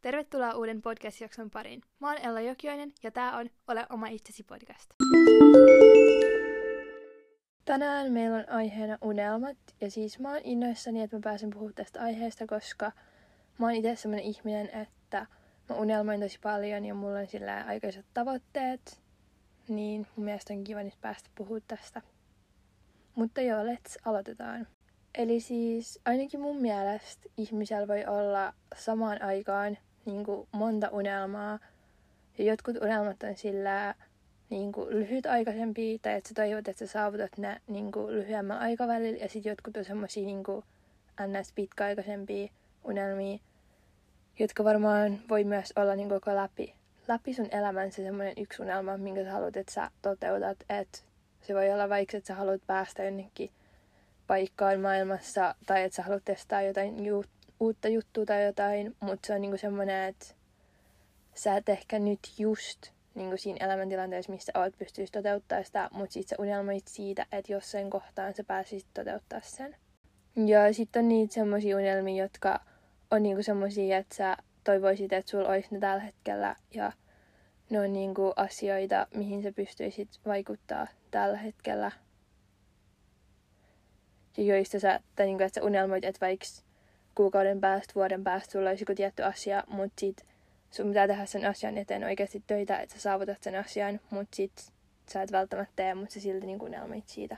Tervetuloa uuden podcast-jakson pariin. Mä oon Ella Jokioinen ja tää on Ole oma itsesi podcast. Tänään meillä on aiheena unelmat ja siis mä oon innoissani, että mä pääsen puhumaan tästä aiheesta, koska mä oon itse semmonen ihminen, että mä unelmoin tosi paljon ja mulla on sillä aikaiset tavoitteet, niin mun mielestä on kiva nyt päästä puhumaan tästä. Mutta joo, aloitetaan. Eli siis ainakin mun mielestä ihmisellä voi olla samaan aikaan niin kuin monta unelmaa. Ja jotkut unelmat on sillä niin kuin lyhytaikaisempia, tai että sä toivot, että sä saavutat ne niin kuin lyhyemmällä aikavälillä. Ja sitten jotkut on semmosia niin kuin ns. Pitkäaikaisempia unelmia, jotka varmaan voi myös olla niin koko läpi sun elämänsä semmoinen yksi unelma, minkä sä haluat, että sä toteutat. Että se voi olla vaikka, että sä haluat päästä jonnekin paikkaan maailmassa, tai että sä haluat testaa jotain uutta juttua tai jotain, mutta se on niinku semmoinen, että sä et ehkä nyt just niinku siinä elämäntilanteessa, missä oot, pystyisi toteuttaa sitä, mutta sit sä unelmoit siitä, että jossain kohtaan sä pääsisit toteuttaa sen. Ja sitten on niitä semmosia unelmia, jotka on niinku semmosia, että sä toivoisit, että sulla olisi ne tällä hetkellä, ja ne on niinku asioita, mihin sä pystyisit vaikuttaa tällä hetkellä. Ja joista tai niinku, että sä unelmoit, että vaikka kuukauden päästä, vuoden päästä sulla olisi joku tietty asia, mutta sit sun pitää tehdä sen asian eteen oikeasti töitä, että sä saavutat sen asian, mutta sit sä et välttämättä tee, mutta sä silti niinku unelmoit siitä.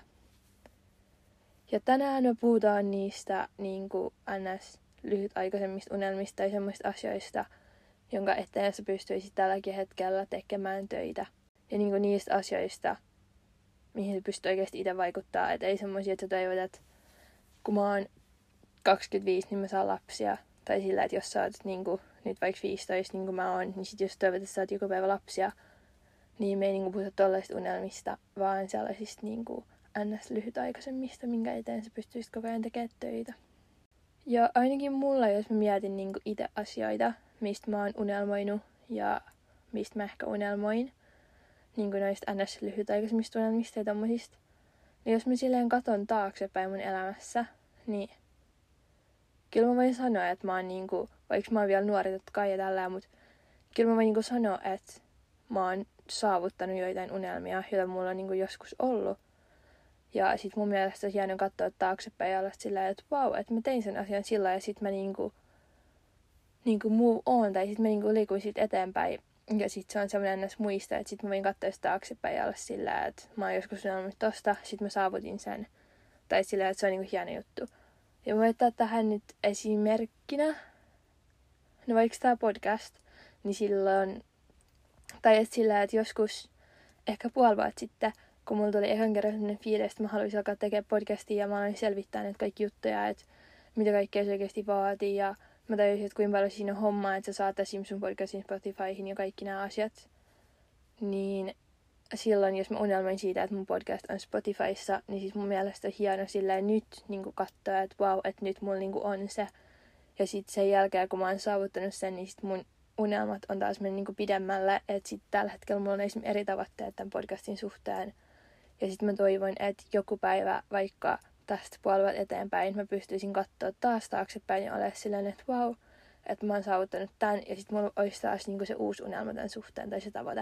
Ja tänään me puhutaan niistä niinku ns. Lyhytaikaisemmista unelmista tai semmoista asioista, jonka eteen sä pystyisit tälläkin hetkellä tekemään töitä. Ja niinku niistä asioista, mihin sä pystyt oikeasti itse vaikuttaa. Et ei semmoisia, että sä toivot, että kun mä oon 25, niin mä saan lapsia. Tai sillä, että jos sä oot niinku, nyt vaikka 15, niin kuin mä oon, niin sit jos toivot, että sä oot joku päivä lapsia, niin me ei niinku puhuta tollaisista unelmista, vaan sellaisista niinku ns. Lyhytaikaisemmista, minkä eteen sä pystyisit koko ajan tekemään töitä. Ja ainakin mulla, jos mä mietin niinku itse asioita, mistä mä oon unelmoinut ja mistä mä ehkä unelmoin, niin kuin noista ns. Lyhytaikaisemmista unelmista ja tommosista. Niin jos mä silleen katon taaksepäin mun elämässä, niin kyllä mä voin sanoa, että mä oon niinku, vaikka mä oon vielä nuori totta kai ja tällä, mutta kyllä mä voin niinku sanoa, että mä oon saavuttanut joitain unelmia, joita mulla on niinku joskus ollut. Ja sit mun mielestä on hienoa katsoa taaksepäin ja olla sillä, että vau, että mä tein sen asian sillä ja sit mä niinku move on, tai sit mä niinku liikuin sit eteenpäin. Ja sit se on semmoinen ennäs muista, että sit mä voin katsoa sitä taaksepäin ja olla sillä, että mä oon joskus unelmoinut tosta, sit mä saavutin sen. Tai sillä, että se on niinku hieno juttu. Ja mä voin ottaa tähän nyt esimerkkinä, no vaikka tää podcast, niin silloin, tai että sillä, että joskus ehkä puoli vuotta sitten, kun mulla tuli ekan kerran sellainen fiilis, että mä haluaisin alkaa tekemään podcastia ja mä aloin selvittää näitä kaikki juttuja, että mitä kaikkea se oikeasti vaatii ja mä tajusin, että kuinka paljon siinä on hommaa, että sä saat esim. Sun podcastin Spotifyhin ja kaikki nämä asiat. Niin silloin, jos mä unelmoin siitä, että mun podcast on Spotifyssa, niin siis mun mielestä on hieno silleen nyt niin katsoa, että vau, että nyt mulla niin on se. Ja sitten sen jälkeen, kun mä oon saavuttanut sen, niin sit mun unelmat on taas mennyt niin pidemmälle. Että sitten tällä hetkellä mulla on esimerkiksi eri tavoitteet tämän podcastin suhteen. Ja sitten mä toivon, että joku päivä vaikka tästä puolelta eteenpäin mä pystyisin katsoa taas taaksepäin ja olemaan silleen, että vau, että mä oon saavuttanut tämän. Ja sitten mulla olisi taas niin se uusi unelma tämän suhteen tai se tavoite.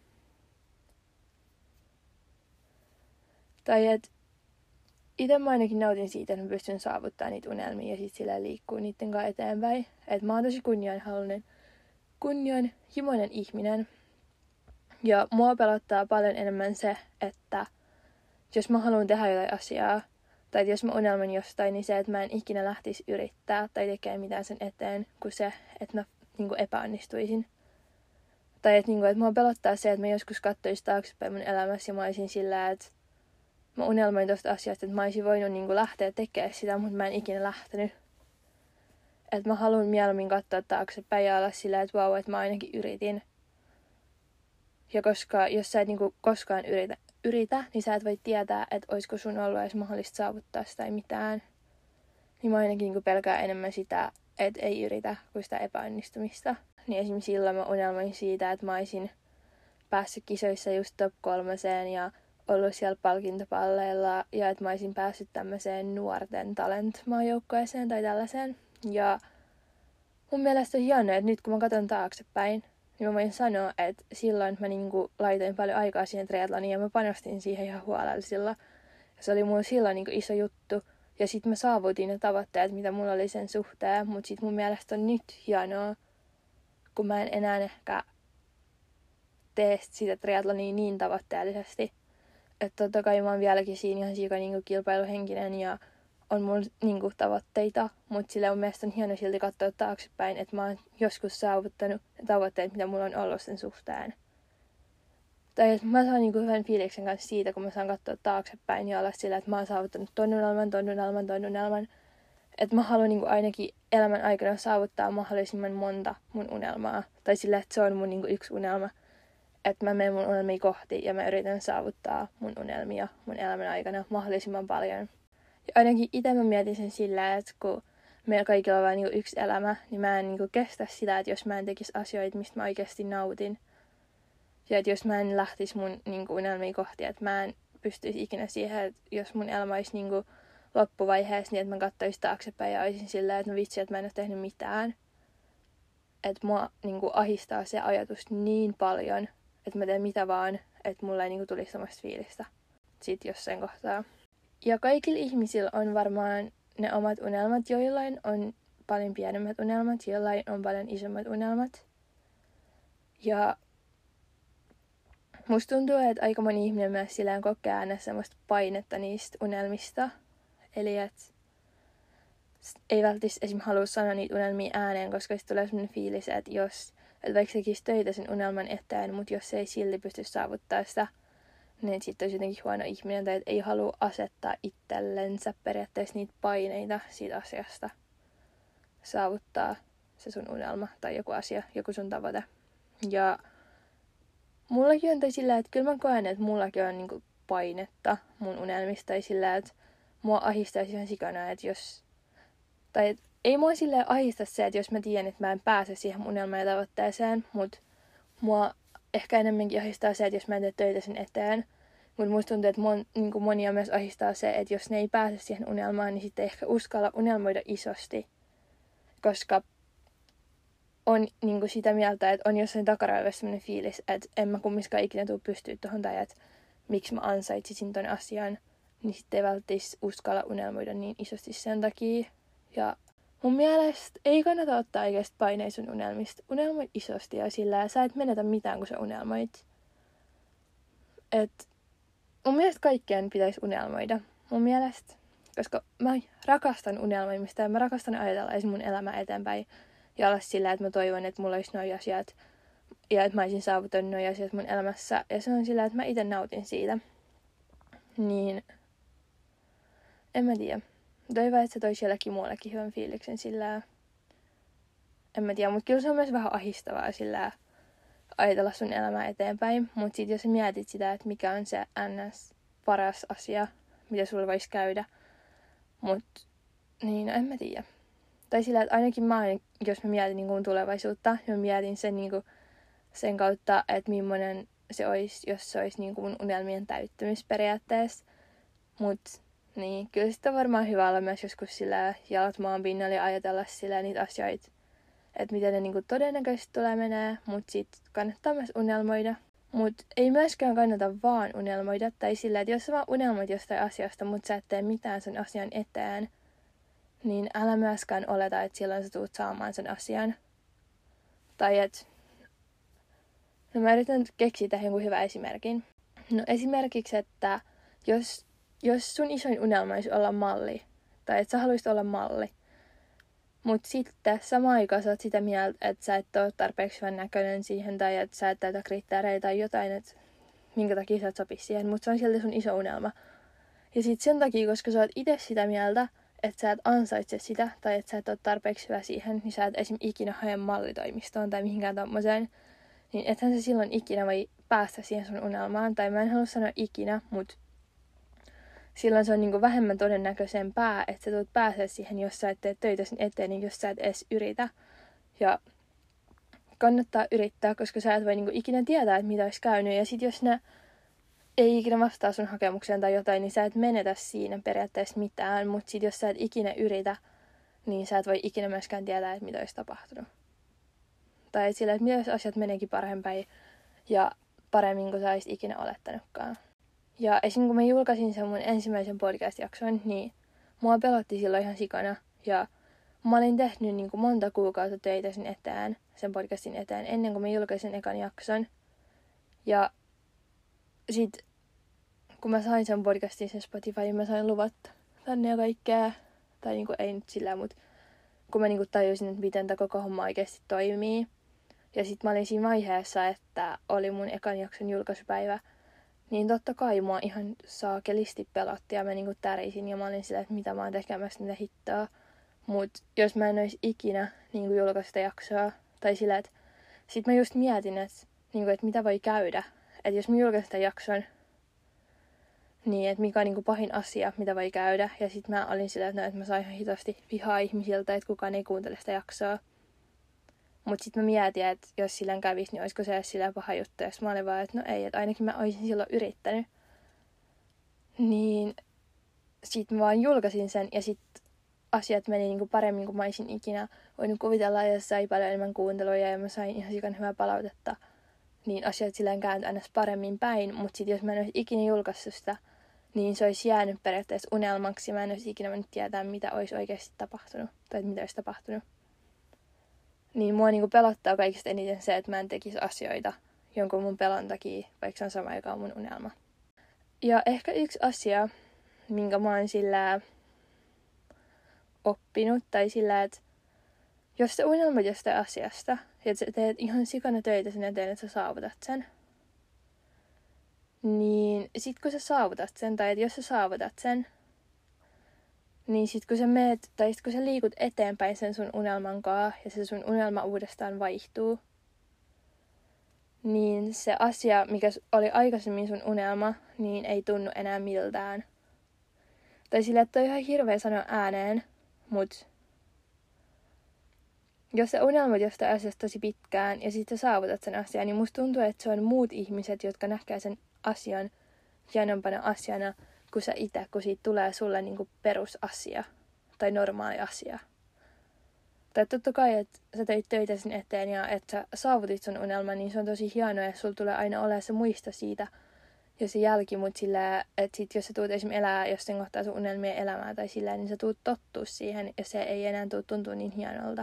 Tai että itse mä ainakin nautin siitä, että mä pystyn saavuttamaan niitä unelmia ja sitten sillä liikkuu niiden kanssa eteenpäin. Että mä oon tosi kunnianhimoinen ihminen. Ja mua pelottaa paljon enemmän se, että jos mä haluan tehdä jotain asiaa, tai jos mä unelmoin jostain, niin se, että mä en ikinä lähtisi yrittää tai tekemään mitään sen eteen, kuin se, että mä niinku epäonnistuisin. Tai että mua pelottaa se, että mä joskus katsoisin taaksepäin mun elämässä ja mä olisin sillä, että mä unelmoin tosta asiasta, että mä olisin voinut lähteä tekemään sitä, mutta mä en ikinä lähtenyt. Että mä haluan mieluummin katsoa taaksepäin ja olla sillä, että vau, että mä ainakin yritin. Ja koska jos sä et koskaan yritä, niin sä et voi tietää, että olisiko sun ollut edes mahdollista saavuttaa sitä tai mitään. Niin mä ainakin pelkään enemmän sitä, että ei yritä, kuin sitä epäonnistumista. Niin esimerkiksi silloin mä unelmoin siitä, että mä olisin päässyt kisoissa just top 3 ja ollut siellä palkintopalleilla ja että mä olisin päässyt tämmöiseen nuorten talent-maajoukkueeseen tai tällaiseen. Ja mun mielestä on hienoa, että nyt kun mä katson taaksepäin, niin mä voin sanoa, että silloin mä niinku laitoin paljon aikaa siihen triathloniin ja mä panostin siihen ihan huolellisilla. Ja se oli mulla silloin niinku iso juttu. Ja sit mä saavutin ne tavoitteet, mitä mulla oli sen suhteen. Mut sit mun mielestä on nyt hienoa, kun mä en enää ehkä tee sitä triathlonia niin tavoitteellisesti. Että totta kai mä oon vieläkin siinä ihan siika niinku kilpailuhenkinen ja on mulla niinku tavoitteita. Mut sillä mun mielestä on hieno silti katsoa taaksepäin, että mä oon joskus saavuttanut ne tavoitteet, mitä mulla on ollut sen suhteen. Tai että mä saan niinku hyvän fiiliksen kanssa siitä, kun mä saan katsoa taaksepäin ja olla sillä, että mä oon saavuttanut ton unelman. Että mä haluan niinku ainakin elämän aikana saavuttaa mahdollisimman monta mun unelmaa. Tai sillä, että se on mun niinku yksi unelma. Että mä menen mun unelmia kohti ja mä yritän saavuttaa mun unelmia mun elämän aikana mahdollisimman paljon. Ja ainakin itse mä mietin sen sillä, että kun meillä kaikilla on vain niinku yksi elämä, niin mä en niinku kestä sitä, että jos mä en tekisi asioita, mistä mä oikeasti nautin. Ja että jos mä en lähtisi mun niinku unelmia kohti, että mä en pystyisi ikinä siihen, että jos mun elämä olisi niinku loppuvaiheessa, niin että mä katsoisin taaksepäin ja olisin silleen, että no vitsi, että mä en ole tehnyt mitään. Että mua niinku ahistaa se ajatus niin paljon, että mä teen mitä vaan, että mulla ei niinku tulisi samasta fiilistä sit jossain kohtaa. Ja kaikilla ihmisillä on varmaan ne omat unelmat, joillain on paljon pienemmät unelmat, joillain on paljon isommat unelmat. Ja musta tuntuu, että aika moni ihminen myös silleen kokee aina semmoista painetta niistä unelmista. Eli että ei välttämättä esim. Halua sanoa niitä unelmia ääneen, koska sitten tulee semmoinen fiilis, että vaikka tekisi töitä sen unelman eteen, mutta jos ei silti pysty saavuttaa sitä, niin sitten olisi jotenkin huono ihminen, tai että ei halua asettaa itsellensä periaatteessa niitä paineita siitä asiasta saavuttaa se sun unelma tai joku asia, joku sun tavoite. Ja mullakin on sillä, että kyllä mä koen, että mullakin on niinku painetta mun unelmista, tai sillä, että mua ahistaisi ihan sikana, että jos tai ei mua silleen ahista se, että jos mä tiedän, että mä en pääse siihen mun unelmaan ja tavoitteeseen, mutta mua ehkä enemmänkin ahistaa se, että jos mä en tee töitä sen eteen. Mutta musta tuntuu, että monia myös ahistaa se, että jos ne ei pääse siihen unelmaan, niin sitten ei ehkä uskalla unelmoida isosti. Koska on niinku sitä mieltä, että on jossain takaraivossa sellainen fiilis, että en mä kumminkaan ikinä tule pystyä tuohon tai että miksi mä ansaitsisin ton asian. Niin sitten ei välttämättä uskalla unelmoida niin isosti sen takia. Ja mun mielestä ei kannata ottaa oikeasti paineja sun unelmista. Unelmoi isosti ja sillä sä et menetä mitään, kun sä unelmoit. Et mun mielestä kaikkien pitäisi unelmoida. Mun mielestä, koska mä rakastan unelmoimista ja mä rakastan ajatella esim. Mun elämää eteenpäin. Ja olla sillä, että mä toivon, että mulla olisi noi asiat. Ja että mä olisin saavuttanut noi asiat mun elämässä. Ja se on sillä, että mä itse nautin siitä. Niin en mä tiedä. Toivon, että se toi sielläkin muullekin hyvän fiiliksen sillä. En mä tiedä, mutta kyllä se on myös vähän ahistavaa sillä ajatella sun elämää eteenpäin. Mutta sit jos sä mietit sitä, että mikä on se ns. Paras asia, mitä sulla voisi käydä. Mutta niin, en mä tiedä. Tai sillä, että ainakin jos mä mietin niin tulevaisuutta, niin mä mietin sen, niin sen kautta, että millainen se olisi, jos se olisi niin mun unelmien täyttymisperiaatteessa. Mutta niin, kyllä sitten on varmaan hyvä olla myös joskus sillä jalat maan pinnalla ja ajatella sillä niitä asioita, että miten ne niinku todennäköisesti tulee menee, mutta sitten kannattaa myös unelmoida. Mutta ei myöskään kannata vaan unelmoida, tai sillä, että jos sä vaan unelmoit jostain asiasta, mutta sä et tee mitään sen asian eteen, niin älä myöskään oleta, että silloin sä tulet saamaan sen asian. Tai että no mä yritän keksiä tähän jonkun hyvän esimerkin. No esimerkiksi, että jos sun isoin unelma olisi olla malli, tai että sä haluaisit olla malli, mutta sitten samaan aikaan sä oot sitä mieltä, että sä et ole tarpeeksi hyvän näköinen siihen, tai että sä et täytä kriteereitä tai jotain, että minkä takia sä et sopisi siihen, mutta se on silti sun iso unelma. Ja sitten sen takia, koska sä oot itse sitä mieltä, että sä et ansaitse sitä, tai että sä et ole tarpeeksi hyvä siihen, niin sä et esim. Ikinä hae mallitoimistoon tai mihinkään tommoseen, niin ethän sä silloin ikinä voi päästä siihen sun unelmaan, tai mä en halua sanoa ikinä, mutta silloin se on niinku vähemmän todennäköisempää, että sä tulet pääsee siihen, jos sä et tee töitä sen eteen, niin jos sä et edes yritä. Ja kannattaa yrittää, koska sä et voi niinku ikinä tietää, että mitä olisi käynyt. Ja sit jos ne ei ikinä vastaa sun hakemukseen tai jotain, niin sä et menetä siinä periaatteessa mitään. Mutta sit jos sä et ikinä yritä, niin sä et voi ikinä myöskään tietää, että mitä olisi tapahtunut. Tai sillä, että mitä jos asiat meneekin paremmin ja paremmin kuin sä olisit ikinä olettanutkaan. Ja esim. Kun mä julkaisin sen mun ensimmäisen podcast-jakson, niin mua pelotti silloin ihan sikana. Ja mä olin tehnyt niin kuin monta kuukautta töitä sen podcastin eteen, ennen kuin mä julkaisin ekan jakson. Ja sit kun mä sain sen podcastin sen Spotifyin, mä sain luvat tänne ja kaikkea. Tai niinku ei nyt sillä, mutta kun mä niinku tajusin, että miten tämä koko homma oikeasti toimii. Ja sit mä olin siinä vaiheessa, että oli mun ekan jakson julkaisupäivä. Niin totta kai mua ihan saakelisti pelotti ja mä niinku tärisin ja mä olin sillä, että mitä mä oon tekemässä, mitä hittoa. Mut jos mä en ois ikinä niinku julkaista jaksoa, tai sillä, että sit mä just mietin, että niinku, et mitä voi käydä. Että jos mä julkaistan jakson, niin että mikä on niinku pahin asia, mitä voi käydä. Ja sit mä olin sillä, että mä sain ihan hitosti vihaa ihmisiltä, että kukaan ei kuuntele sitä jaksoa. Mut sit mä mietin, että jos sillä kävisi, niin olisiko se sillä paha juttu. Ja mä olin vaan, että no ei, että ainakin mä olisin silloin yrittänyt. Niin sit mä vaan julkaisin sen ja sit asiat meni niinku paremmin kuin mä olisin ikinä voinut kuvitella. Ja sai paljon enemmän kuunteluja ja mä sain ihan sikan hyvää palautetta. Niin asiat sillä kääntyi aina paremmin päin. Mut sit jos mä en olisi ikinä julkaissut sitä, niin se olisi jäänyt periaatteessa unelmaksi. Mä en olisi ikinä voinut tietää, mitä olisi oikeasti tapahtunut. Tai mitä olisi tapahtunut. Niin mua niinku pelottaa kaikista eniten se, että mä en tekisi asioita jonkun mun pelon takia, vaikka se on sama aikaan mun unelma. Ja ehkä yksi asia, minkä mä oon sillä oppinut, tai sillä, että jos sä unelmoit jostain asiasta, ja sä teet ihan sikana töitä sen eteen, että sä saavutat sen, niin sit kun sä saavutat sen, tai että jos sä saavutat sen, niin sit kun sä meet, tai sit kun sä liikut eteenpäin sen sun unelman kaa, ja se sun unelma uudestaan vaihtuu, niin se asia, mikä oli aikaisemmin sun unelma, niin ei tunnu enää miltään. Tai sillä, että on ihan hirveä sanoa ääneen, mut jos sä unelmoit jostain asiasta tosi pitkään, ja sit sä saavutat sen asian, niin musta tuntuu, että se on muut ihmiset, jotka näkee sen asian hienompana asiana, kuin sä itse, kun siitä tulee sulle niinku perusasia tai normaali asia. Tai totta kai, että sä teit töitä sen eteen ja että sä saavutit sun unelman, niin se on tosi hienoa ja sulla tulee aina olemaan se muisto siitä ja se jälki, mutta sillä, että sit jos sä tuut esimerkiksi elää jossain kohtaa sun unelmien elämää tai sillä, niin sä tuut tottua siihen ja se ei enää tuu tuntua niin hienolta.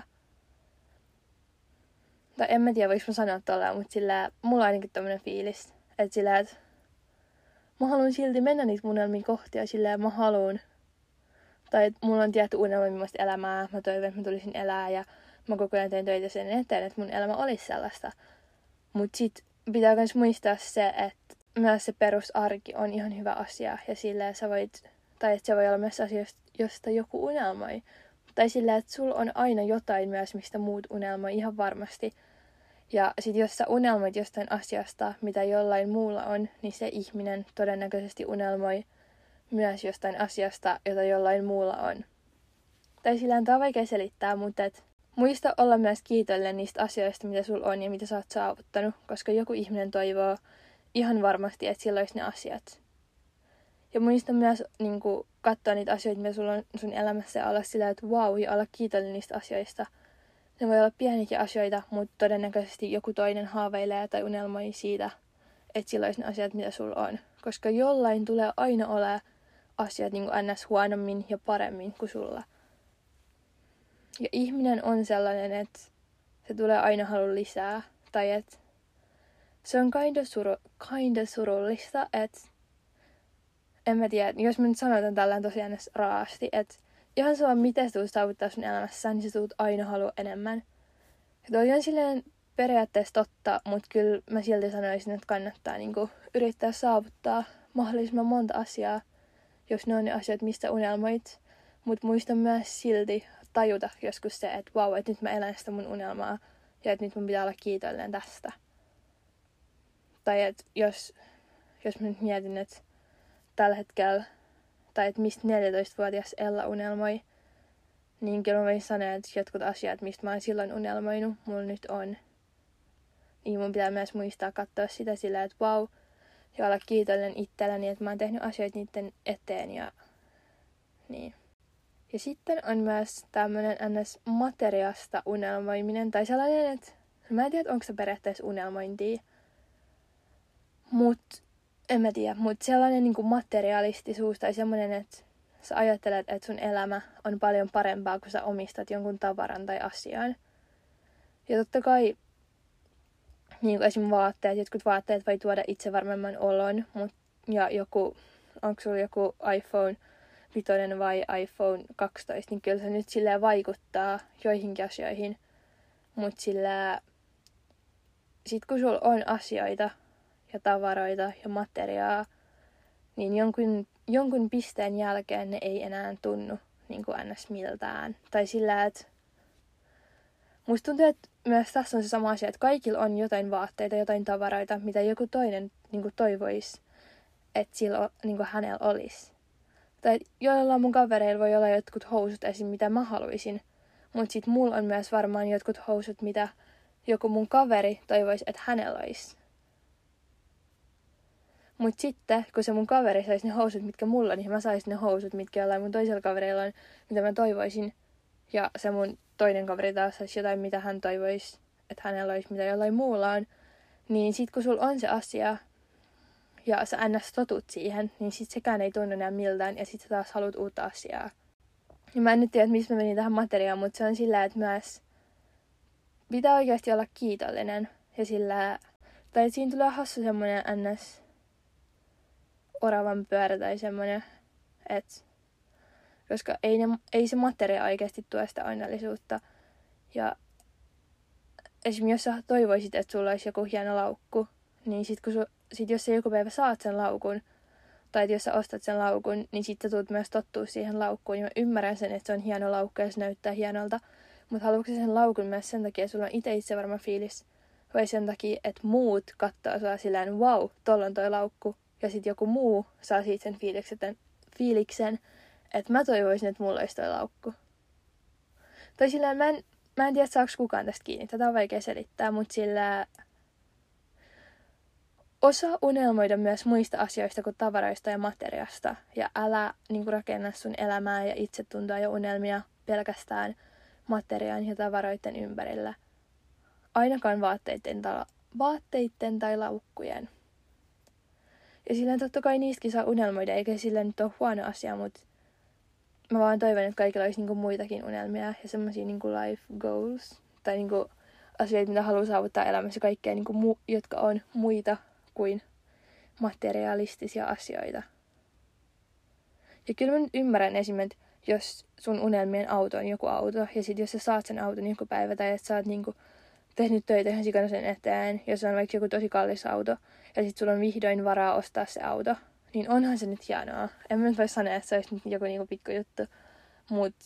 Tai en mä tiedä, voiko mä sanoa tolleen, mutta sillä mulla on ainakin tommonen fiilis, että sillä, että mä haluan silti mennä niitä unelmia kohti ja silleen mä haluan. Tai että mulla on tietty unelma, millaista elämää mä toivon, että mä tulisin elää ja mä koko ajan teen töitä sen eteen, että mun elämä olisi sellaista. Mut sit pitää myös muistaa se, että myös se perusarki on ihan hyvä asia ja silleen sä voit, tai että se voi olla myös asia, josta joku unelmoi. Tai silleen, että sulla on aina jotain myös, mistä muut unelmoi ihan varmasti. Ja sit jos sä unelmoit jostain asiasta, mitä jollain muulla on, niin se ihminen todennäköisesti unelmoi myös jostain asiasta, jota jollain muulla on. Tai sillä on vaikea selittää, mutta muista olla myös kiitollinen niistä asioista, mitä sulla on ja mitä sä oot saavuttanut, koska joku ihminen toivoo ihan varmasti, että sillä olisi ne asiat. Ja muista myös niin katsoa niitä asioita, mitä sulla on sun elämässä ja olla sillä, että vau, ja olla kiitollinen niistä asioista. Ne voi olla pieniäkin asioita, mutta todennäköisesti joku toinen haaveilee tai unelmoi siitä, että sillä olisi ne asiat, mitä sulla on. Koska jollain tulee aina olemaan asiat niin kuin ns. Huonommin ja paremmin kuin sulla. Ja ihminen on sellainen, että se tulee aina halua lisää. Tai että se on kinda surullista, että en mä tiedä, jos mä nyt sanotaan tällään tosiaan raasti, että ihan sama miten sä tulet saavuttaa sun elämässä, niin sä tulet aina halua enemmän. Ja toi on silleen periaatteessa totta, mutta kyllä mä silti sanoisin, että kannattaa niinku yrittää saavuttaa mahdollisimman monta asiaa, jos ne on ne asiat, mistä unelmoit. Mutta muista myös silti tajuta joskus se, että vau, että nyt mä elän sitä mun unelmaa ja että nyt mun pitää olla kiitollinen tästä. Tai että jos mä nyt mietin, että tällä hetkellä, tai että mistä 14-vuotias Ella unelmoi, niin kyllä mä voin sanoa, että jotkut asiat, mistä mä oon silloin unelmoinut, mulla nyt on. Niin mun pitää myös muistaa katsoa sitä sillä, että vau, ja olla kiitollinen itselläni, että mä oon tehnyt asioita niiden eteen ja niin. Ja sitten on myös tämmönen NS-materiasta unelmoiminen, tai sellainen, että mä en tiedä, onko se periaatteessa unelmointia, en mä tiedä, mutta sellainen niin kuin materialistisuus tai semmoinen, että sä ajattelet, että sun elämä on paljon parempaa, kun sä omistat jonkun tavaran tai asian. Ja totta kai niin kuin esim. Jotkut vaatteet voi tuoda itsevarmemman olon, ja onko sulla joku iPhone 5 vai iPhone 12, niin kyllä se nyt silleen vaikuttaa joihinkin asioihin. Mutta sillä sit kun sulla on asioita ja tavaroita ja materiaa, niin jonkun pisteen jälkeen ne ei enää tunnu niin kuin ns. Miltään. Tai sillä, että musta tuntuu, että myös tässä on se sama asia, että kaikilla on jotain vaatteita, jotain tavaroita, mitä joku toinen niin kuin toivoisi, että niin kuin hänellä olisi. Tai joillain mun kavereilla voi olla jotkut housut esim. Mitä mä haluaisin. Mutta sit mulla on myös varmaan jotkut housut, mitä joku mun kaveri toivoisi, että hänellä olisi. Mut sitten, kun se mun kaveri saisi ne housut, mitkä mulla on, niin mä saisin ne housut, mitkä jollain mun toisella kaverilla on, mitä mä toivoisin. Ja se mun toinen kaveri taas saisi jotain, mitä hän toivoisi, että hänellä olisi, mitä jollain muulla on. Niin sit kun sulla on se asia, ja sä ns. Totut siihen, niin sit sekään ei tunnu enää miltään, ja sit sä taas haluat uutta asiaa. Ja mä en nyt tiedä, mistä mä menin tähän materiaan, mutta se on sillä, että myös pitää oikeasti olla kiitollinen. Ja sillä, tai siinä tulee hassu semmonen ns. Oravan pyörä tai semmonen, että koska ei se materia oikeasti tue sitä onnellisuutta. Ja esimerkiksi jos sä toivoisit, että sulla olisi joku hieno laukku, niin sit jos sä joku päivä saat sen laukun, tai jos sä ostat sen laukun, niin sit sä tulet myös tottua siihen laukkuun. Ja mä ymmärrän sen, että se on hieno laukku ja se näyttää hienolta. Mutta haluatko sen laukun myös sen takia, että sulla on itse varma fiilis, vai sen takia, että muut katsoo sua silleen, wow, tolla on toi laukku. Ja sit joku muu saa siitä sen fiiliksen, että mä toivoisin, että mulla olisi toi laukku. Tai silleen, mä en tiedä, saako kukaan tästä kiinni. Tätä on vaikea selittää, mutta sillä osaa unelmoida myös muista asioista kuin tavaroista ja materiasta. Ja älä niin rakenna sun elämää ja itsetuntoa ja unelmia pelkästään materiaan ja tavaroiden ympärillä. Ainakaan vaatteiden tai laukkujen. Ja silleen totta kai niistäkin saa unelmoida, eikä silleen nyt ole huono asia, mutta mä vaan toivon, että kaikilla olisi niinku muitakin unelmia ja semmosia niinku life goals. Tai niinku asioita, mitä haluaa saavuttaa elämässä, kaikkea niinku jotka on muita kuin materialistisia asioita. Ja kyllä mä ymmärrän esimerkiksi, jos sun unelmien auto on joku auto, ja sit jos sä saat sen auton joku päivä, tai että sä oot niinku tehnyt töitä ihan sikana sen eteen, jos on vaikka joku tosi kallis auto, ja sit sulla on vihdoin varaa ostaa se auto, niin onhan se nyt hienoa. En mä nyt voi sanoa, että se olisi nyt joku niinku pikkujuttu, mut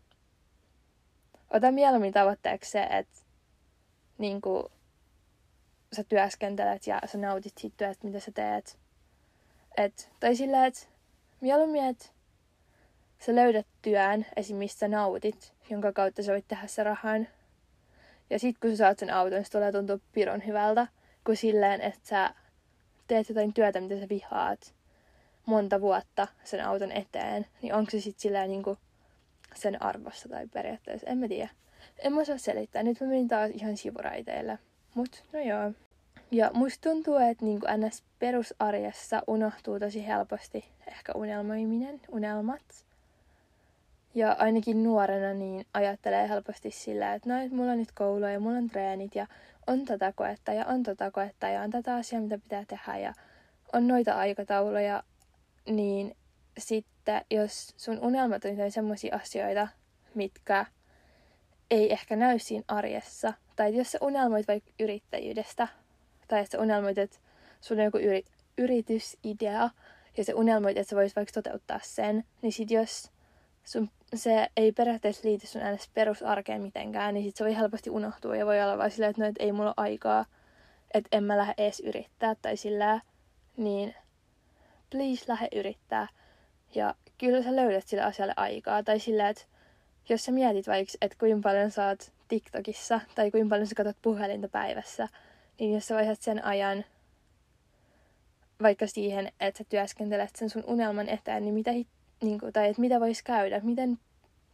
ota mieluummin tavoitteeksi se, että niinku sä työskentelet ja sä nautit siitä työstä, mitä sä teet. Tai sillä, että mieluummin, että sä löydät työn, esim. Mistä sä nautit, jonka kautta sä voit tehdä se rahan. Ja sit kun sä saat sen auton, se tulee tuntua pirun hyvältä, kuin silleen, että sä teet jotain työtä, mitä sä vihaat monta vuotta sen auton eteen. Niin onko se sit silleen niinku sen arvossa tai periaatteessa, en mä tiedä. En mä osaa selittää, nyt mä menin taas ihan sivuraiteille. Mut, no joo. Ja musta tuntuu, että niinku ns. Perusarjessa unohtuu tosi helposti ehkä unelmat. Ja ainakin nuorena niin ajattelee helposti sillä, että no, et mulla on nyt koulu ja mulla on treenit ja on tätä koetta ja on tätä koetta ja on tätä asiaa, mitä pitää tehdä ja on noita aikatauluja. Niin sitten, jos sun unelmat on semmoisia asioita, mitkä ei ehkä näy siinä arjessa, tai jos sä unelmoit vaikka yrittäjyydestä, tai että sä unelmoit, että sulla on joku yritysidea, ja sä unelmoit, että sä voisit vaikka toteuttaa sen, niin sit jos se ei periaatteessa liity sun äänes perusarkeen mitenkään, niin sit se voi helposti unohtua, ja voi olla vaan silleen, että no, et ei mulla ole aikaa, että en mä lähde edes yrittää, tai sillä, niin please lähde yrittää, ja kyllä sä löydät sille asialle aikaa, tai sillä, että jos sä mietit vaikka, että kuinka paljon sä oot TikTokissa tai kuinka paljon sä katsot puhelinta päivässä, niin jos sä vaihdat sen ajan vaikka siihen, että sä työskentelet sen sun unelman eteen, niin tai että mitä vois käydä, miten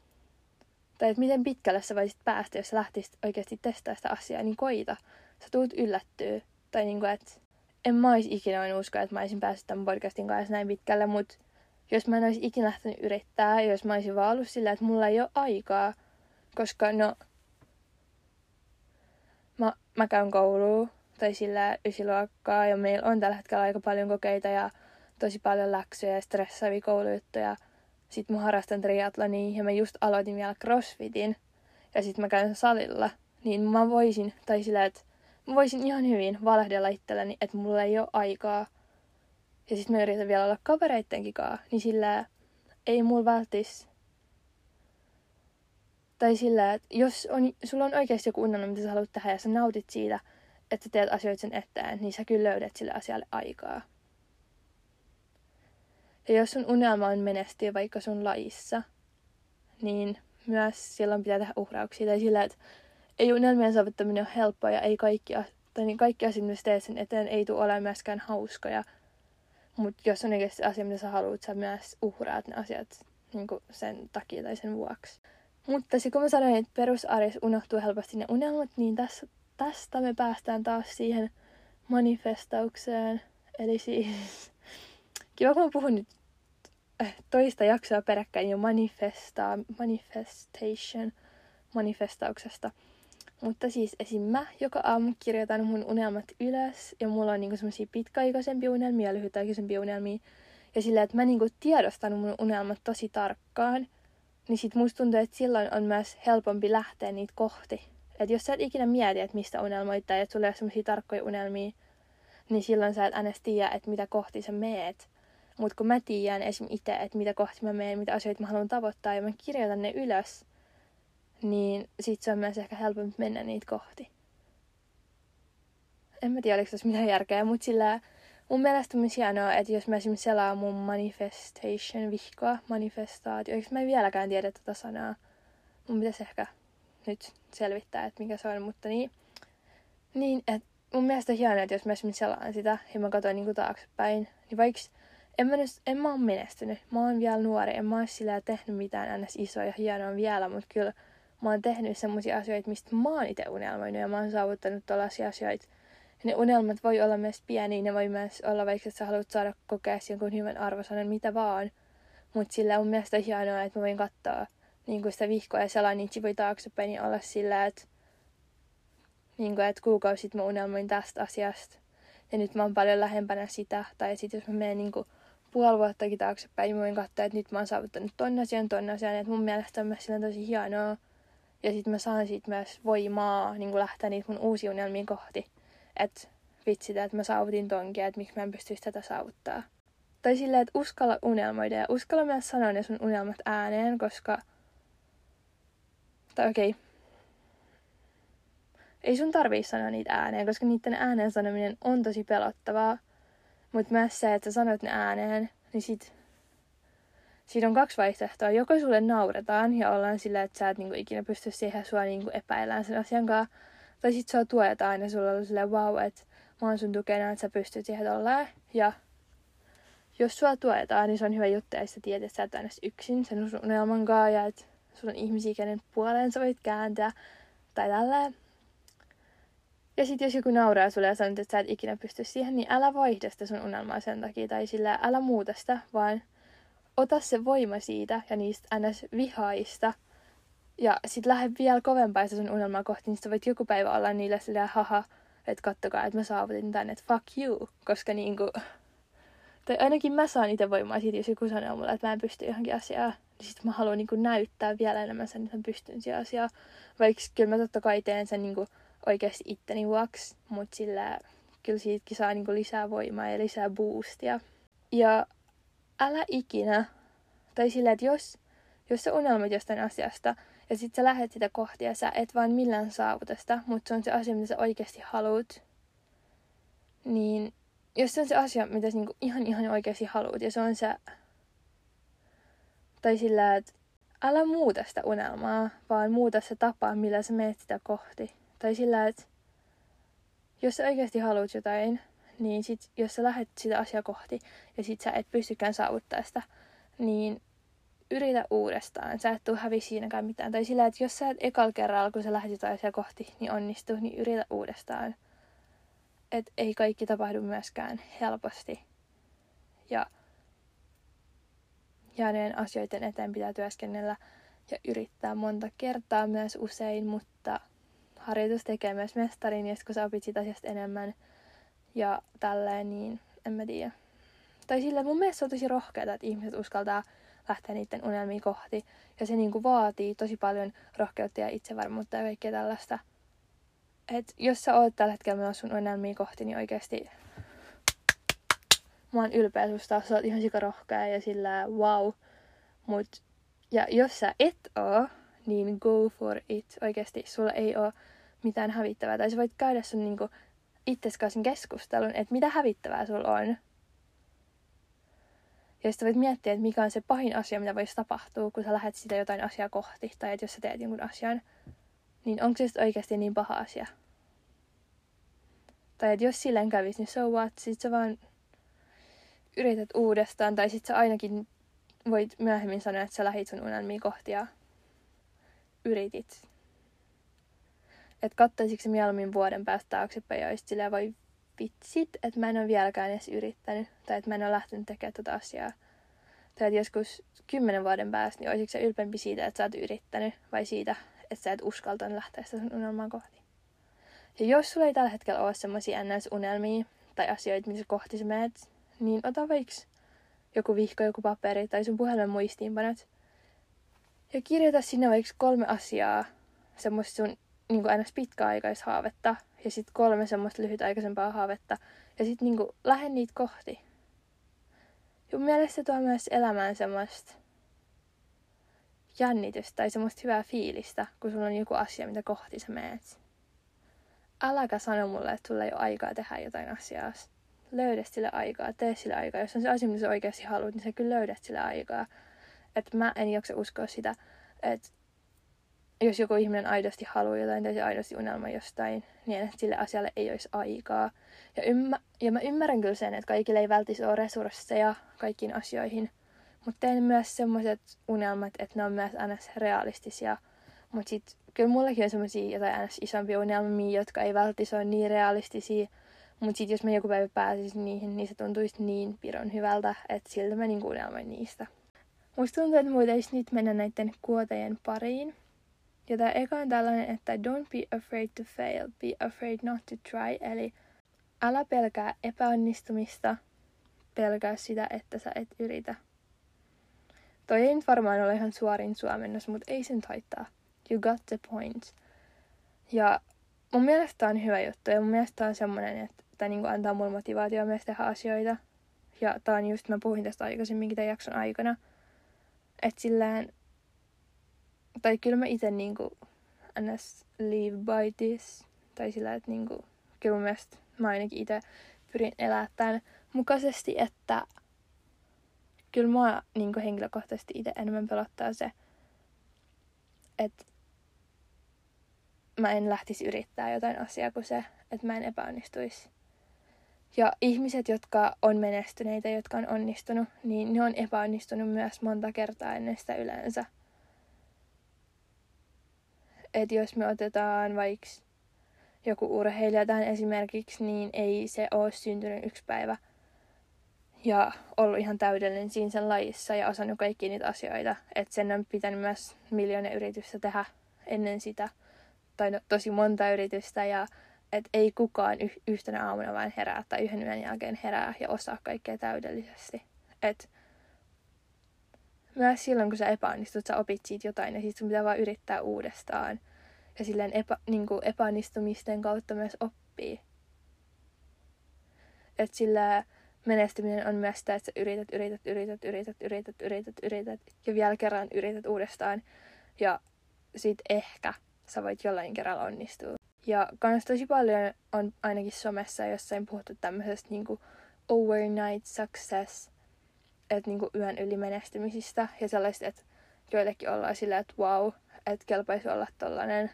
Tai että miten pitkälle sä voisit päästä, jos sä lähtisit oikeasti testaa sitä asiaa, niin koita. Sä tuut yllättyä. Tai niinku, että en mä ois ikinä voinut uskoa, että mä olisin päässyt tämän podcastin kanssa näin pitkälle, mutta jos mä en olisi ikinä lähtenyt yrittää, jos mä olisin vaan ollut sillä, että mulla ei ole aikaa, koska no, mä käyn kouluun, tai sillä 9-luokkaa, ja meillä on tällä hetkellä aika paljon kokeita ja tosi paljon läksyjä ja stressaavia koulujuttuja. Sitten mä harrastan triathlonia ja mä just aloitin vielä crossfitin ja sitten mä käyn salilla. Niin mä voisin, tai sillä, että mä voisin ihan hyvin valehdella itselleni, että mulla ei ole aikaa. Ja sitten mä yritän vielä olla kavereittenkin kaa, niin sillä ei mulla välttis. Tai sillä, että jos sulla on oikeasti joku unelma, mitä sä haluat tehdä ja sä nautit siitä, että sä teet asioita sen eteen, niin sä kyllä löydät sille asialle aikaa. Ja jos sun unelma on menestyä vaikka sun lajissa, niin myös silloin pitää tehdä uhrauksia. Tai sillä, että ei unelmien saavuttaminen ole helppoa ja ei kaikki asiat, mitä teet sen eteen, ei tule olemaan myöskään hauskoja. Mutta jos on oikeasti asia, mitä sä haluat, sä myös uhraat ne asiat niin sen takia tai sen vuoksi. Mutta kun mä sanoin, että perusarjessa unohtuu helposti ne unelmat, niin tästä me päästään taas siihen manifestaukseen. Eli siis, kiva kun mä puhun nyt toista jaksoa peräkkäin jo manifestauksesta. Mutta siis esim. Mä joka aamu kirjoitan mun unelmat ylös ja mulla on niinku semmosia pitkäaikaisempia unelmia ja lyhytaikaisempia unelmia. Ja sillä, että mä niinku tiedostan mun unelmat tosi tarkkaan, niin sit musta tuntuu, että silloin on myös helpompi lähteä niitä kohti. Että jos sä et ikinä mieti, että mistä unelmoit tai että sulla ei ole semmosia tarkkoja unelmia, niin silloin sä et aina tiedä, että mitä kohti sä meet. Mutta kun mä tiedän esim. Itse, että mitä kohti mä menen, mitä asioita mä haluan tavoittaa ja mä kirjoitan ne ylös, niin sit se on myös ehkä helpompi mennä niitä kohti. En mä tiedä, oliko tässä mitään järkeä, mutta sillä mun mielestä on myös hienoa, että jos mä esimerkiksi selaan mun manifestation-vihkoa, manifestaatio, eikö mä en vieläkään tiedä tätä sanaa. Mun pitäisi ehkä nyt selvittää, että mikä se on, mutta niin että mun mielestä on hienoa, että jos mä esimerkiksi selaan sitä ja mä katsoin niinku taaksepäin, niin vaikka en mä oo menestynyt. Mä oon vielä nuori, en mä oo sillä tehnyt mitään ns. Isoa ja hienoa vielä, mutta kyllä mä oon tehnyt semmosia asioita, mistä mä oon itse unelmoinut ja mä oon saavuttanut tollaisia asioita. Ja ne unelmat voi olla myös pieniä, ne voi myös olla vaikka, että sä haluat saada kokea jonkun hyvän arvosanan, mitä vaan. Mutta sillä mun mielestä on hienoa, että mä voin katsoa niin sitä vihkoa ja selaa niitä sivuja taaksepäin ja olla sillä, että kuukausi sitten mä unelmoin tästä asiasta. Ja nyt mä oon paljon lähempänä sitä. Tai sitten jos mä menen puoli vuottakin taaksepäin, niin mä voin katsoa, että nyt mä oon saavuttanut ton asian. Että mun mielestä on myös sillä tosi hienoa. Ja sitten mä saan siitä myös voimaa lähteä niitä mun uusia unelmia kohti. Että vitsitä, että mä saavutin tonkin, että miksi mä en pystyisi tätä saavuttaa. Tai silleen, että uskalla unelmoida ja uskalla myös sanoa ne sun unelmat ääneen, koska ei sun tarvii sanoa niitä ääneen, koska niiden ääneen sanominen on tosi pelottavaa. Mutta myös se, että sä sanot ne ääneen, niin siinä on 2 vaihtoehtoa. Joko sulle nauretaan ja ollaan sillä, että sä et ikinä pysty siihen sua epäillään sen asian kanssa. Tai sit sua tuetaan ja sulla on silleen, wow, että mä oon sun tukena, että sä pystyt siihen tolleen. Ja jos sua tuetaan, niin se on hyvä juttu, ja sä tiedät, että sä et aina yksin sen sun unelman kanssa ja että sulla on ihmisiä, kenen puoleen sä voit kääntää. Tai tälleen. Ja sit jos joku nauraa sulle ja sanoo, että sä et ikinä pysty siihen, niin älä vaihda sitä sun unelmaa sen takia. Tai sillä älä muuta sitä, vaan ota se voima siitä ja niistä ns. Vihaista. Ja sit lähde vielä kovempaa sun unelmaa kohti, niin sä voit joku päivä olla niille silleen, haha, että kattokaa, että mä saavutin tän, että fuck you. Koska tai ainakin mä saan itse voimaa siitä, jos joku sanoo mulle, että mä en pysty johonkin asiaan. Niin sit mä haluan näyttää vielä enemmän sen, että mä pystyn siihen asiaan. Vaikka kyllä mä totta kai teen sen oikeasti itteni vuoksi, mutta sillä kyllä siitäkin saa lisää voimaa ja lisää boostia. Ja älä ikinä, tai sillä, että jos sä unelmoit jostain asiasta, ja sit sä lähet sitä kohti, ja sä et vaan millään saavuta sitä, mutta se on se asia, mitä sä oikeasti haluat, niin jos se on se asia, mitä sä ihan oikeasti haluat, ja se on se, tai sillä, että älä muuta sitä unelmaa, vaan muuta se tapa, millä sä meet sitä kohti. Tai sillä, että jos sä oikeasti haluat jotain, niin jos sä lähdet sitä asiaa kohti ja sit sä et pystykään saavuttaa sitä, niin yritä uudestaan. Sä et tuu hävi siinäkään mitään. Tai sillä, että jos sä et ekalla kerralla, kun sä lähdet jotain asiaa kohti, niin onnistu, niin yritä uudestaan. Et ei kaikki tapahdu myöskään helposti. Ja jääneiden asioiden eteen pitää työskennellä ja yrittää monta kertaa myös usein, mutta harjoitus tekee myös mestarin, ja kun sä opit siitä asiasta enemmän ja tälleen, niin en mä tiedä. Tai sillä mun mielestä se on tosi rohkeaa, että ihmiset uskaltaa lähteä niiden unelmiin kohti. Ja se niinku vaatii tosi paljon rohkeutta ja itsevarmuutta ja kaikkea tällaista. Et jos sä oot tällä hetkellä menossa sun unelmiin kohti, niin oikeesti mä oon ylpeä susta. Sä oot ihan sikarohkea ja sillä wow. Ja jos sä et oo, niin go for it. Oikeesti sulla ei oo mitään hävittävää. Tai sä voit käydä sun niinku itseskaan keskustelun, että mitä hävittävää sulla on. Ja sitten voit miettiä, että mikä on se pahin asia, mitä voisi tapahtua, kun sä lähdet sitä jotain asiaa kohti. Tai että jos sä teet jonkun asian, niin onko se oikeasti niin paha asia? Tai että jos silleen kävisi, niin so what? Sit sä vaan yrität uudestaan. Tai sit sä ainakin voit myöhemmin sanoa, että sä lähit sun unelmiin kohti ja yritit. Että katsoisitko sä mieluummin vuoden päästä taaksepäin ja olisit silleen, voi vitsit, että mä en ole vieläkään edes yrittänyt. Tai että mä en ole lähtenyt tekemään tota asiaa. Tai että joskus 10 vuoden päästä, niin olisitko sä ylpempi siitä, että sä oot yrittänyt, vai siitä, että sä et uskaltanut lähteä sitä sun unelmaa kohti. Ja jos sulla ei tällä hetkellä ole semmosia NS-unelmia tai asioita, missä kohti sä meet, niin ota vaikka joku vihko, joku paperi tai sun puhelimen muistiinpanot. Ja kirjoita sinne vaikka 3 asiaa, semmoista sun niin NS pitkäaikaishaavetta, ja sitten 3 semmoista lyhytaikaisempaa haavetta, ja sitten niin lähde niitä kohti. Ja mun mielestä se tuo myös elämään semmoista jännitystä tai semmoista hyvää fiilistä, kun sulla on joku asia, mitä kohti sä meet. Äläkä sano mulle, että sulla ei ole aikaa tehdä jotain asiaa. Löydä sille aikaa, tee sille aikaa. Jos on se asia, mitä sä oikeasti haluat, niin sä kyllä löydät sille aikaa. Että mä en jaksa uskoa sitä, että jos joku ihminen aidosti haluaa jotain tai se aidosti unelma jostain, niin että sille asialle ei olisi aikaa. Ja mä ymmärrän kyllä sen, että kaikille ei välttämättä ole resursseja kaikkiin asioihin. Mutta teen myös semmoiset unelmat, että ne on myös ns. Realistisia. Mutta sitten kyllä mullakin on semmoisia jotain ns. Isompia unelmia, jotka ei välttämättä ole niin realistisia. Mutta sitten jos mä joku päivä pääsisin niihin, niin se tuntuisi niin piron hyvältä, että siltä mä niinku unelmoin niistä. Musta tuntuu, että mulla olisi nyt mennä näiden kuotejen pariin. Ja tää eka on tällainen, että don't be afraid to fail, be afraid not to try. Eli älä pelkää epäonnistumista, pelkää sitä, että sä et yritä. Toi ei nyt varmaan ole ihan suorin suomennos, mutta ei sen haittaa. You got the point. Ja mun mielestä tää on hyvä juttu ja mun mielestä tää on semmonen, että tää niinku antaa mulle motivaatioa myös tehdä asioita. Ja tää on just, mä puhuin tästä aikaisemminkin tämän jakson aikana. Että sillään, tai kyllä mä ite niinku ns. Live by this. Tai sillä, että niinku, kyllä mun mielestä mä ainakin ite pyrin elämään tämän mukaisesti, että kyllä mua niinku henkilökohtaisesti ite enemmän pelottaa se, että mä en lähtisi yrittää jotain asiaa kuin se, että mä en epäonnistuisi. Ja ihmiset, jotka on menestyneitä, jotka on onnistunut, niin ne on epäonnistunut myös monta kertaa ennen sitä yleensä. Et jos me otetaan vaikka joku urheilija tähän esimerkiksi, niin ei se ole syntynyt 1 päivä ja ollut ihan täydellinen siinä sen lajissa ja osannut kaikkia niitä asioita. Että sen on pitänyt myös miljoonia yritystä tehdä ennen sitä. Tai no, tosi monta yritystä ja että ei kukaan yhtenä aamuna vain herää tai yhden yön jälkeen herää ja osaa kaikkea täydellisesti. Et myös silloin, kun sä epäonnistut, sä opit siitä jotain ja sit sun pitää vaan yrittää uudestaan. Ja silleen epäonnistumisten kautta myös oppii. Että sillä menestyminen on myös sitä, että sä yrität ja vielä kerran yrität uudestaan. Ja sit ehkä sä voit jollain kerralla onnistua. Ja kans tosi paljon on ainakin somessa jossain puhuttu tämmöisestä niinku overnight success, että niinku yön yli menestymisistä ja sellaista, että joillekin ollaan sillä, että wow, että kelpaisi olla tollanen.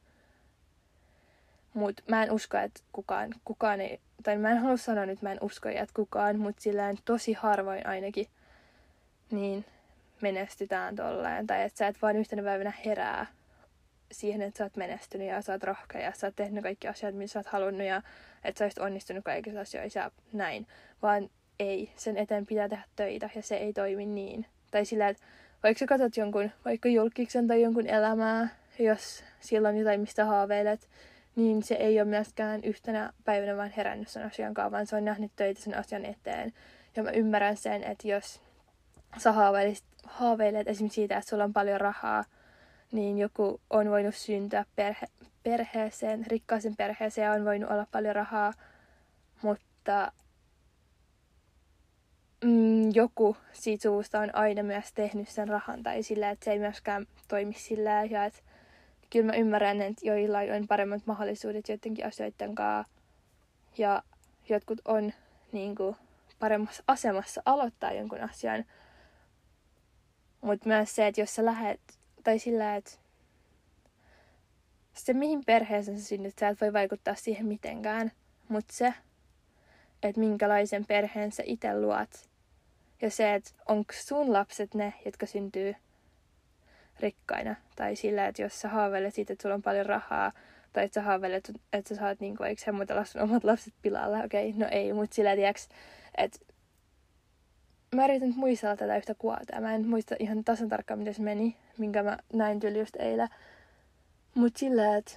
Mut mä en usko, että kukaan ei, tai mä en halua sanoa nyt, mä en usko, että kukaan, mut sillään tosi harvoin ainakin, niin menestytään tolleen. Tai että sä et vaan yhtenä päivänä herää siihen, että sä oot menestynyt ja sä oot rohkea ja sä oot tehnyt kaikki asiat, mitä sä oot halunnut ja että sä olisit onnistunut kaikissa asioissa ja näin. Vaan ei, sen eteen pitää tehdä töitä ja se ei toimi niin. Tai sillä, että vaikka sä katsot jonkun, vaikka julkiksen tai jonkun elämää, jos sillä on jotain, mistä haaveilet, niin se ei ole myöskään yhtenä päivänä vaan herännyt sen asian kanssa, vaan se on nähnyt töitä sen asian eteen. Ja mä ymmärrän sen, että jos sä haaveilet esimerkiksi siitä, että sulla on paljon rahaa, niin joku on voinut syntyä perheeseen, rikkaaseen perheeseen ja on voinut olla paljon rahaa, mutta joku siitä suvusta on aina myös tehnyt sen rahan tai sillä, että se ei myöskään toimi sillä ja että kyllä mä ymmärrän, että joillain on paremmat mahdollisuudet joidenkin asioiden kanssa ja jotkut on niin kuin paremmassa asemassa aloittaa jonkun asian. Mutta myös se, että jos sä lähet, tai sillä, että se mihin perheeseen sä synnyt, sä et voi vaikuttaa siihen mitenkään. Mutta se, että minkälaisen perheen sä itse luot. Ja se, että onko sun lapset ne, jotka syntyy rikkaina. Tai sillä, että jos sä haaveilet siitä, että sulla on paljon rahaa, tai että sä haaveilet, että sä saat niinku, eikö hemmotella sun omat lapset pilalla. Okei, no ei, mutta sillä tiiäks, että mä yritän nyt muistella tätä yhtä kuota. Mä en muista ihan tasan tarkkaan, miten se meni, minkä mä näin tyyli just eilen. Mut sillä, että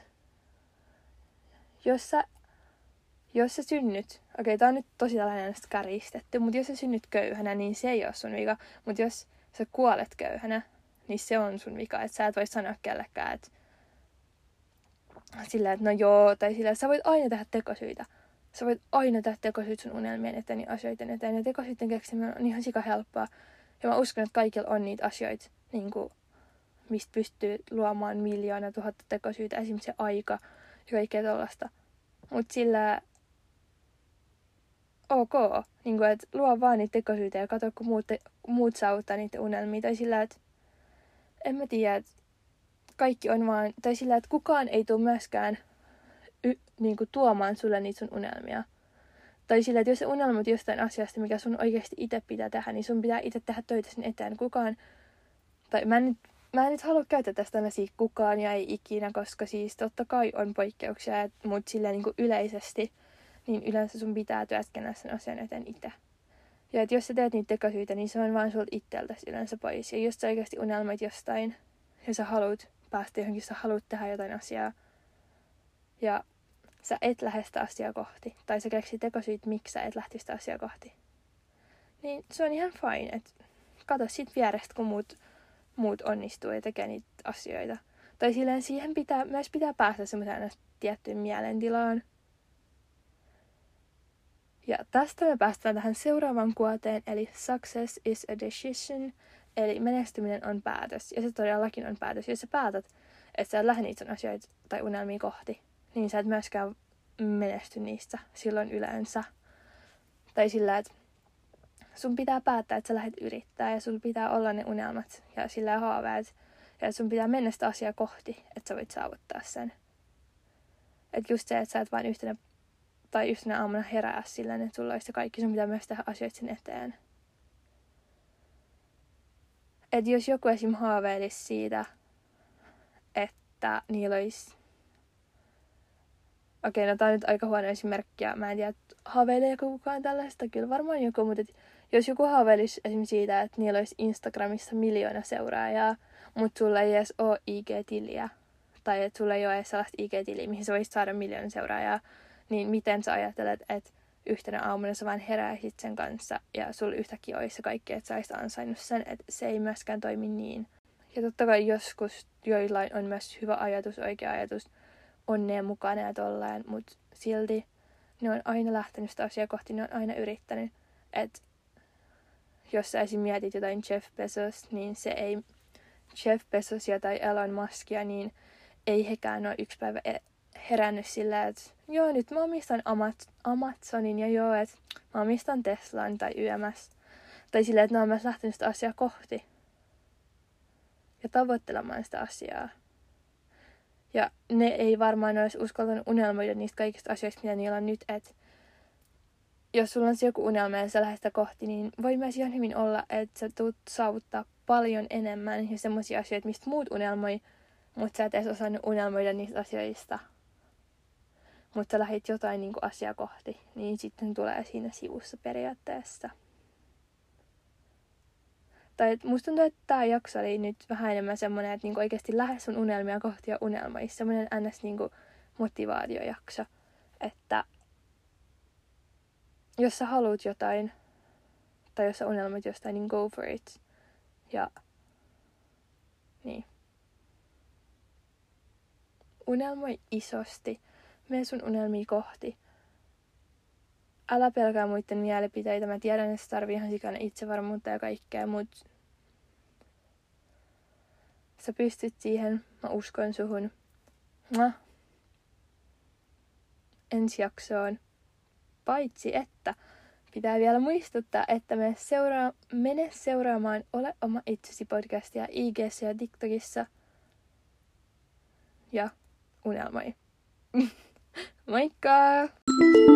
jos sä synnyt, tää on nyt tosi tällainen kärjistetty, mutta jos sä synnyt köyhänä, niin se ei ole sun vika. Mutta jos sä kuolet köyhänä, niin se on sun vika. Että sä et voi sanoa kellekään, että sillä, että no joo, tai sillä, että sä voit aina tehdä tekosyitä. Sä voit aina tehdä tekosyitä sun unelmien eteen ja asioiden eteen. Ja tekosyiden keksiminen on ihan sika helppoa. Ja mä uskon, että kaikilla on niitä asioita, niin kuin, mistä pystyy luomaan 1,000,000 tekosyitä. Esimerkiksi se aika ja kaikkea tollaista. Mutta sillä ok, niin kuin, että luo vaan niitä tekosyitä ja katso, kun muut saavuttaa niitä unelmia. Tai sillä, että en mä tiedä, että kaikki on vaan, tai sillä, että kukaan ei tule myöskään niin kuin tuomaan sulle niitä sun unelmia. Tai sillä, että jos sä unelmoit jostain asiasta, mikä sun oikeasti itse pitää tehdä, niin sun pitää itse tehdä töitä sen eteen. Kukaan, tai mä en nyt halua käyttää tästä tällaisia kukaan ja ei ikinä, koska siis totta kai on poikkeuksia, mutta sillä niin kuin yleisesti, niin yleensä sun pitää työskennellä sen asian eteen itse. Ja että jos sä teet niitä tekosyitä, niin se on vaan sulta itseltäsi yleensä pois. Ja jos sä oikeasti unelmoit jostain, ja sä haluat päästä johonkin, sä haluat tehdä jotain asiaa, ja sä et lähde sitä asiaa kohti, tai sä keksit tekosyyt, miksi sä et lähtisi sitä asiaa kohti, niin se on ihan fine, että kato siitä vierestä, kun muut onnistuu ja tekee niitä asioita. Tai silleen siihen pitää päästä semmoiseen tiettyyn mielentilaan. Ja tästä me päästään tähän seuraavaan kuoteen, eli success is a decision, eli menestyminen on päätös. Ja se todellakin on päätös. Jos sä päätät, että sä et lähde niitä sun asioita tai unelmia kohti, niin sä et myöskään menesty niistä silloin yleensä. Tai sillä, että sun pitää päättää, että sä lähdet yrittää ja sun pitää olla ne unelmat ja sillä haaveet. Ja sun pitää mennä sitä asiaa kohti, että sä voit saavuttaa sen. Että just se, että sä et vain yhtenä aamuna herää sillä, että sulla olisi kaikki, sun pitää myös tehdä asioita sen eteen. Että jos joku esim. Haaveilisi siitä, että niillä olisi... no tää on nyt aika huono esimerkki, ja mä en tiedä, haaveileeko kukaan tällaista, kyllä varmaan joku, mutta jos joku haaveilisi esim. Siitä, että niillä olisi Instagramissa 1,000,000 seuraajaa, mutta sulla ei edes ole IG-tiliä, tai että sulla ei ole edes sellaista IG-tiliä, mihin sä voisit saada 1,000,000 seuraajaa, niin miten sä ajattelet, että yhtenä aamuna sä vaan heräisit sen kanssa ja sulla yhtäkkiä olisi se kaikki, että sä olisit ansainnut sen, että se ei myöskään toimi niin. Ja totta kai joskus joillain on myös hyvä ajatus, oikea ajatus, onneen mukana ja tolleen, mutta silti ne on aina lähtenyt sitä asiaa kohti, ne on aina yrittänyt. Että jos sä esim. Mietit jotain Jeff Bezos, niin se ei, Jeff Bezosia tai Elon Muskia, niin ei hekään ole yksi päivä herännyt sillä, että joo, nyt mä omistan Amazonin ja joo, että mä omistan Teslan tai YMS. Tai sillä, että ne on myös lähtenyt sitä asiaa kohti ja tavoittelemaan sitä asiaa. Ja ne ei varmaan olisi uskaltanut unelmoida niistä kaikista asioista, mitä niillä on nyt. jos sulla on se joku unelma ja sä lähdet sitä kohti, niin voi myös ihan hyvin olla, että sä tulet saavuttaa paljon enemmän ja semmoisia asioita, mistä muut unelmoi, mutta sä et edes osannut unelmoida niistä asioista. Mutta sä lähdit jotain niin kuin asiaa kohti, niin sitten tulee siinä sivussa periaatteessa. Tai musta tuntuu, että tää jakso oli nyt vähän enemmän semmonen, että niinku oikeasti lähde sun unelmia kohti ja unelmois. Semmonen ns. Niinku motivaatiojakso. Että jos sä haluat jotain, tai jos sä unelmoit jostain, niin go for it. Ja niin. Unelmoi isosti. Mene sun unelmia kohti. Älä pelkää muiden mielipiteitä. Mä tiedän, että se tarvii ihan sikana itsevarmuutta ja kaikkea, mut sä pystyt siihen. Mä uskon suhun. Ensi jaksoon. Paitsi että pitää vielä muistuttaa, että mene seuraamaan Ole oma itsesi podcastia IG:ssä ja TikTokissa. Ja unelmoi. Moikka!